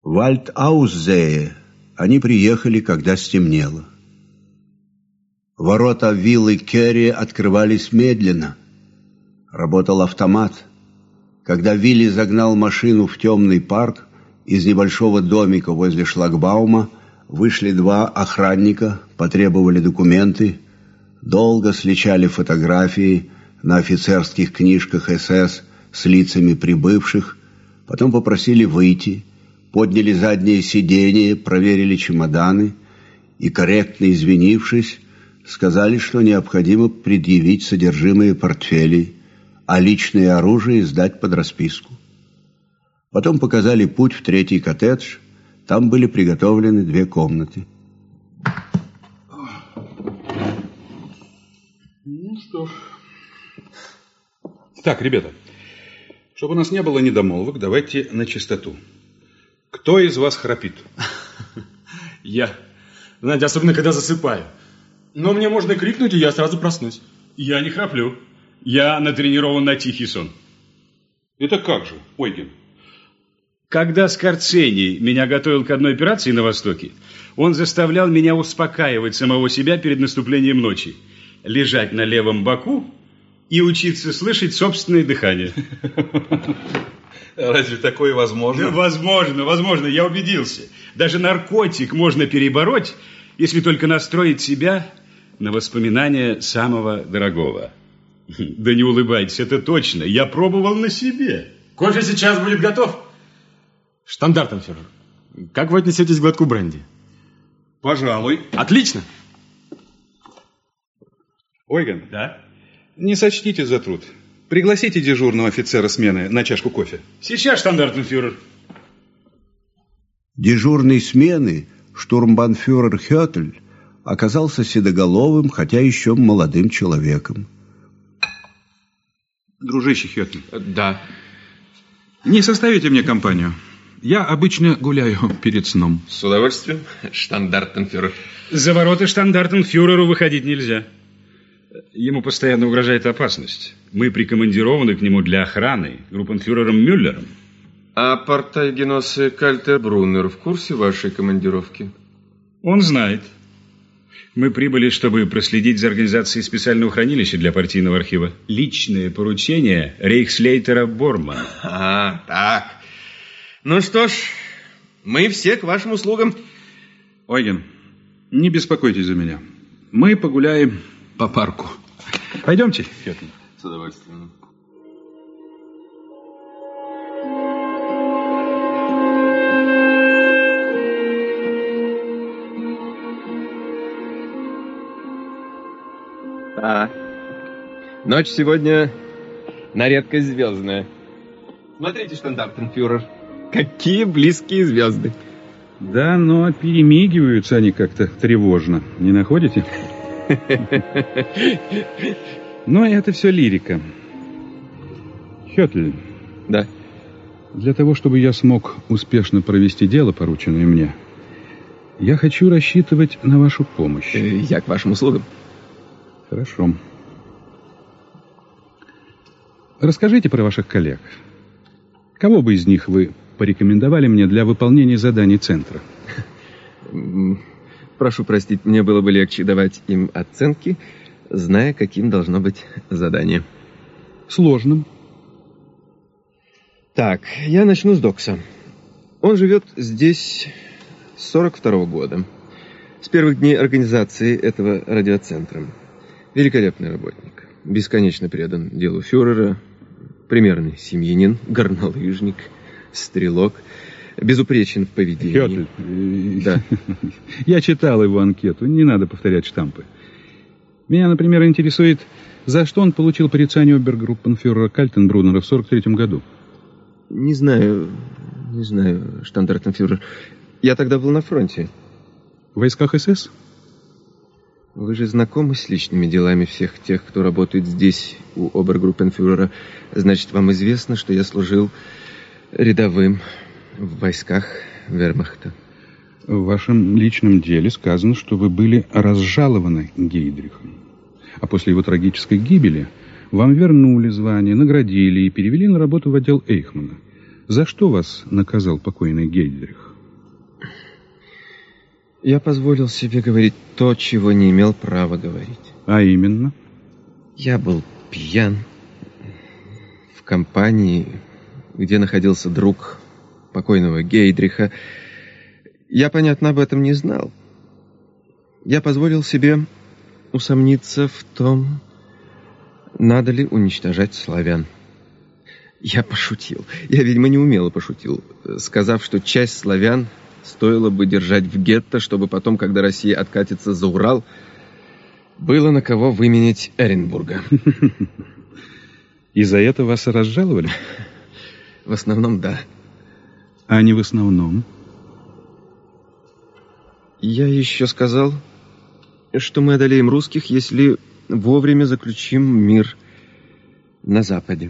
В Альт-Аузее они приехали, когда стемнело. Ворота виллы Керри открывались медленно. Работал автомат. Когда Вилли загнал машину в темный парк, из небольшого домика возле шлагбаума вышли два охранника, потребовали документы, долго сличали фотографии на офицерских книжках СС с лицами прибывших, потом попросили выйти, подняли заднее сиденье, проверили чемоданы и, корректно извинившись, сказали, что необходимо предъявить содержимое портфелей, а личное оружие сдать под расписку. Потом показали путь в третий коттедж. Там были приготовлены 2 комнаты. Ну что ж. Так, ребята, чтобы у нас не было недомолвок, давайте на чистоту. Кто из вас храпит? Я. Знаете, особенно когда засыпаю. Но мне можно крикнуть, и я сразу проснусь. Я не храплю. Я натренирован на тихий сон. Это как же, Ойген? Когда Скорцени меня готовил к одной операции на Востоке, он заставлял меня успокаивать самого себя перед наступлением ночи, лежать на левом боку и учиться слышать собственное дыхание. Разве такое возможно? Да, возможно, я убедился. Даже наркотик можно перебороть, если только настроить себя на воспоминания самого дорогого. Да не улыбайтесь, это точно. Я пробовал на себе. Кофе сейчас будет готов. Штандартенфюрер, как вы отнесетесь к глотку бренди? Пожалуй. Отлично. Ойген? Да? Не сочтите за труд. Пригласите дежурного офицера смены на чашку кофе. Сейчас, штандартенфюрер. Дежурный смены, штурмбанфюрер Хётль, оказался седоголовым, хотя еще молодым человеком. Дружище Хётль. Да. Не составите мне компанию? Я обычно гуляю перед сном. С удовольствием, штандартенфюрер. За ворота штандартенфюреру выходить нельзя. Ему постоянно угрожает опасность. Мы прикомандированы к нему для охраны группенфюрером Мюллером. А партайгеносы Кальтер-Бруннер в курсе вашей командировки? Он знает. Мы прибыли, чтобы проследить за организацией специального хранилища для партийного архива. Личное поручение рейхслейтера Бормана. А, так. Ну что ж, мы все к вашим услугам. Ойген, не беспокойтесь за меня. Мы погуляем по парку. Пойдемте, Хётль. С удовольствием. Ночь сегодня на редкость звездная. Смотрите, штандартенфюрер, какие близкие звезды. Да, но перемигиваются они как-то тревожно. Не находите? Но это все лирика. Хётль. Да. Для того, чтобы я смог успешно провести дело, порученное мне, я хочу рассчитывать на вашу помощь. Я к вашим услугам. Хорошо. Расскажите про ваших коллег. Кого бы из них вы порекомендовали мне для выполнения заданий центра? Прошу простить, мне было бы легче давать им оценки, зная, каким должно быть задание. Сложным. Так, я начну с Докса. Он живет здесь с 42-го года. С первых дней организации этого радиоцентра. Великолепный работник. Бесконечно предан делу фюрера. Примерный семьянин, горнолыжник, стрелок. Безупречен в поведении. Хётль. Да. Я читал его анкету, не надо повторять штампы. Меня, например, интересует, за что он получил порицание обергруппенфюрера Кальтенбруннера в 43-м году. Не знаю, штандартенфюрер. Я тогда был на фронте. В войсках СС? Вы же знакомы с личными делами всех тех, кто работает здесь, у обергруппенфюрера. Значит, вам известно, что я служил рядовым в войсках вермахта. В вашем личном деле сказано, что вы были разжалованы Гейдрихом. А после его трагической гибели вам вернули звание, наградили и перевели на работу в отдел Эйхмана. За что вас наказал покойный Гейдрих? Я позволил себе говорить то, чего не имел права говорить. А именно? Я был пьян в компании, где находился друг покойного Гейдриха. Я, понятно, об этом не знал. Я позволил себе усомниться в том, надо ли уничтожать славян. Я пошутил. Я, видимо, неумело пошутил, сказав, что часть славян стоило бы держать в гетто, чтобы потом, когда Россия откатится за Урал, было на кого выменять Эренбурга. И за это вас разжаловали? В основном, да. А не в основном? Я еще сказал, что мы одолеем русских, если вовремя заключим мир на Западе.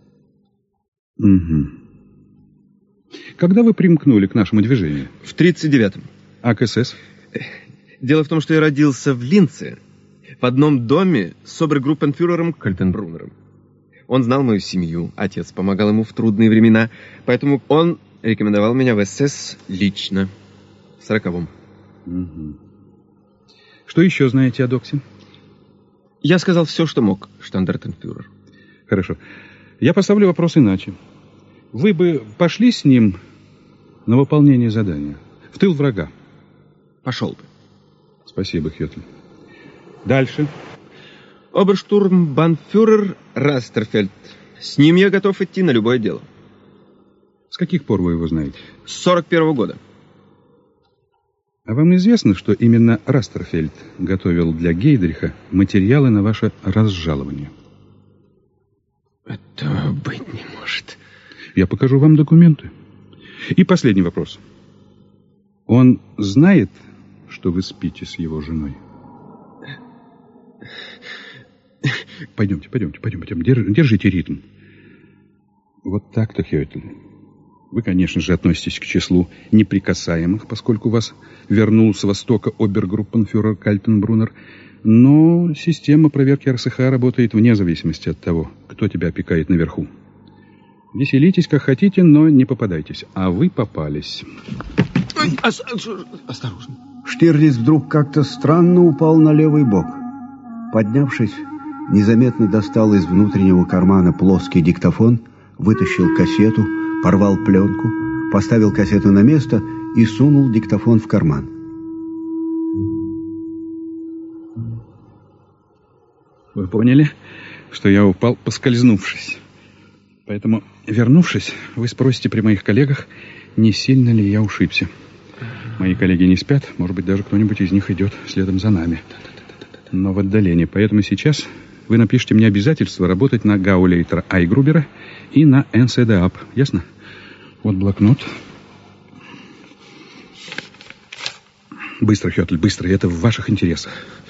Угу. Когда вы примкнули к нашему движению? В 1939-м. А к СС? Дело в том, что я родился в Линце, в одном доме с обергруппенфюрером Кальтенбруннером. Он знал мою семью, отец помогал ему в трудные времена, поэтому он рекомендовал меня в СС лично, в 1940-м. Угу. Что еще знаете о Доксе? Я сказал все, что мог, штандартенфюрер. Хорошо. Я поставлю вопрос иначе. Вы бы пошли с ним на выполнение задания? В тыл врага? Пошел бы. Спасибо, Хётль. Дальше. Оберштурмбанфюрер Растерфельд. С ним я готов идти на любое дело. С каких пор вы его знаете? С 1941 года. А вам известно, что именно Растерфельд готовил для Гейдриха материалы на ваше разжалование? Этого быть не может. Я покажу вам документы. И последний вопрос. Он знает, что вы спите с его женой? Пойдемте. Держите ритм. Вот так-то, Хётль. Вы, конечно же, относитесь к числу неприкасаемых, поскольку вас вернул с Востока обергруппенфюрер Кальтенбруннер, но система проверки РСХ работает вне зависимости от того, кто тебя опекает наверху. Веселитесь, как хотите, но не попадайтесь. А вы попались. Осторожно. Штирлиц вдруг как-то странно упал на левый бок. Поднявшись, незаметно достал из внутреннего кармана плоский диктофон, вытащил кассету, порвал пленку, поставил кассету на место и сунул диктофон в карман. Вы поняли, что я упал, поскользнувшись. Поэтому, вернувшись, вы спросите при моих коллегах, не сильно ли я ушибся. Мои коллеги не спят, может быть, даже кто-нибудь из них идет следом за нами. Но в отдалении. Поэтому сейчас вы напишите мне обязательство работать на Гаулейтера Айгрубера и на НСДАП. Ясно? Вот блокнот. Быстро, Хётль, быстро. Это в ваших интересах.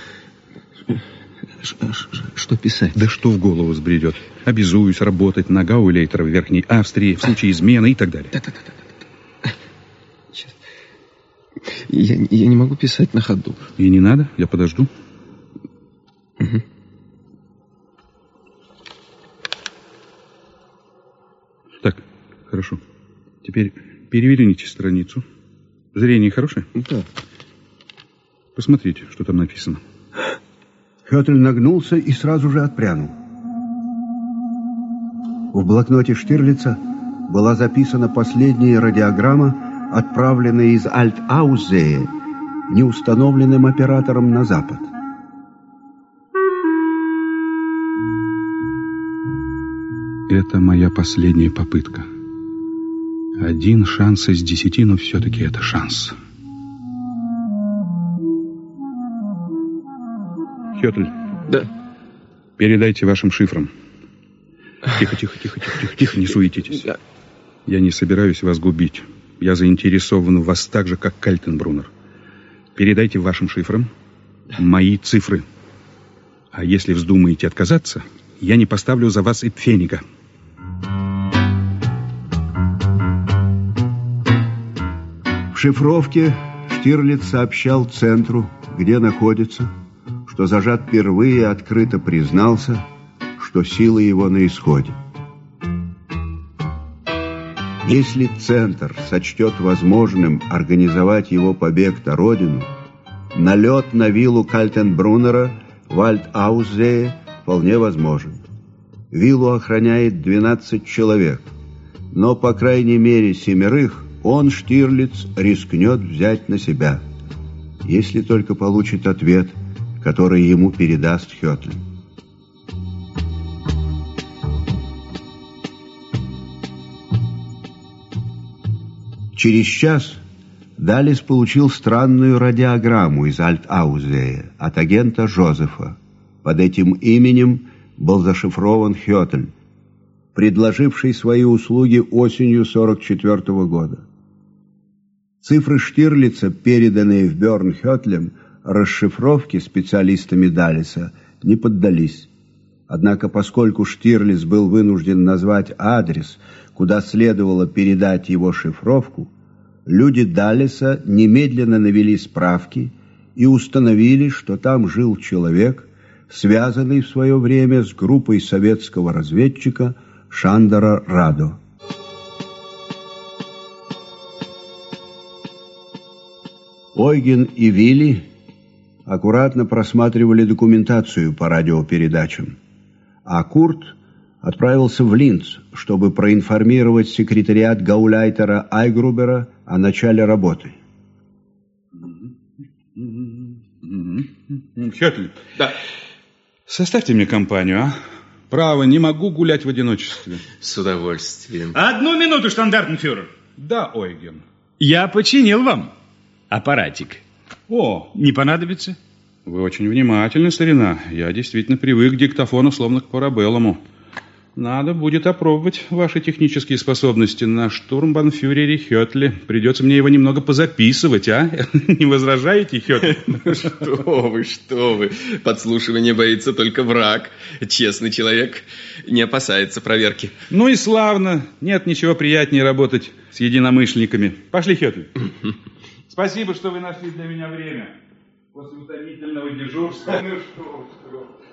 Что писать? Да что в голову взбредет. Обязуюсь работать на Гаулейтера в Верхней Австрии в случае измены и так далее. Сейчас. Я не могу писать на ходу. И не надо, я подожду. Угу. Так, хорошо. Теперь переверните страницу. Зрение хорошее? Да. Посмотрите, что там написано. Хётль нагнулся и сразу же отпрянул. В блокноте Штирлица была записана последняя радиограмма, отправленная из Альт-Аузее неустановленным оператором на запад. Это моя последняя попытка. 1 шанс из 10, но все-таки это шанс. Хётль. Да. Передайте вашим шифрам. Тихо, не суетитесь. Да. Я не собираюсь вас губить. Я заинтересован в вас так же, как Кальтенбруннер. Передайте вашим шифрам мои цифры. А если вздумаете отказаться, я не поставлю за вас и пфенига. В шифровке Штирлиц сообщал центру, где находится, что зажат впервые открыто признался, что силы его на исходе. Если Центр сочтет возможным организовать его побег на родину, налет на виллу Кальтенбруннера в Альт-Аузее вполне возможен. Виллу охраняет 12 человек, но, по крайней мере, 7 он, Штирлиц, рискнет взять на себя, если только получит ответ, который ему передаст Хётль. Через час Даллес получил странную радиограмму из Альт-Аузея от агента Жозефа. Под этим именем был зашифрован Хётль, предложивший свои услуги осенью 1944 года. Цифры Штирлица, переданные в Бёрн Хётлем, расшифровке специалистами Даллеса не поддались. Однако, поскольку Штирлиц был вынужден назвать адрес, куда следовало передать его шифровку, люди Даллеса немедленно навели справки и установили, что там жил человек, связанный в свое время с группой советского разведчика Шандора Радо. Ойген и Вилли аккуратно просматривали документацию по радиопередачам, а Курт отправился в Линц, чтобы проинформировать секретариат гауляйтера Айгрубера о начале работы. Хётль, Да. составьте мне компанию, а? Право, не могу гулять в одиночестве. С удовольствием. 1 минуту, штандартенфюрер. Да, Ойген. Я починил вам аппаратик. О, Не понадобится? вы очень внимательны, старина. Я действительно привык к диктофону, словно к парабеллуму. Надо будет опробовать ваши технические способности на штурмбанфюрере Хётле. Придется мне его немного позаписывать, а? Не возражаете, Хётль? Что вы. Подслушивание боится только враг. Честный человек не опасается проверки. Ну и славно. Нет ничего приятнее работать с единомышленниками. Пошли, Хётль. Спасибо, что вы нашли для меня время. После утомительного дежурства. Ну что.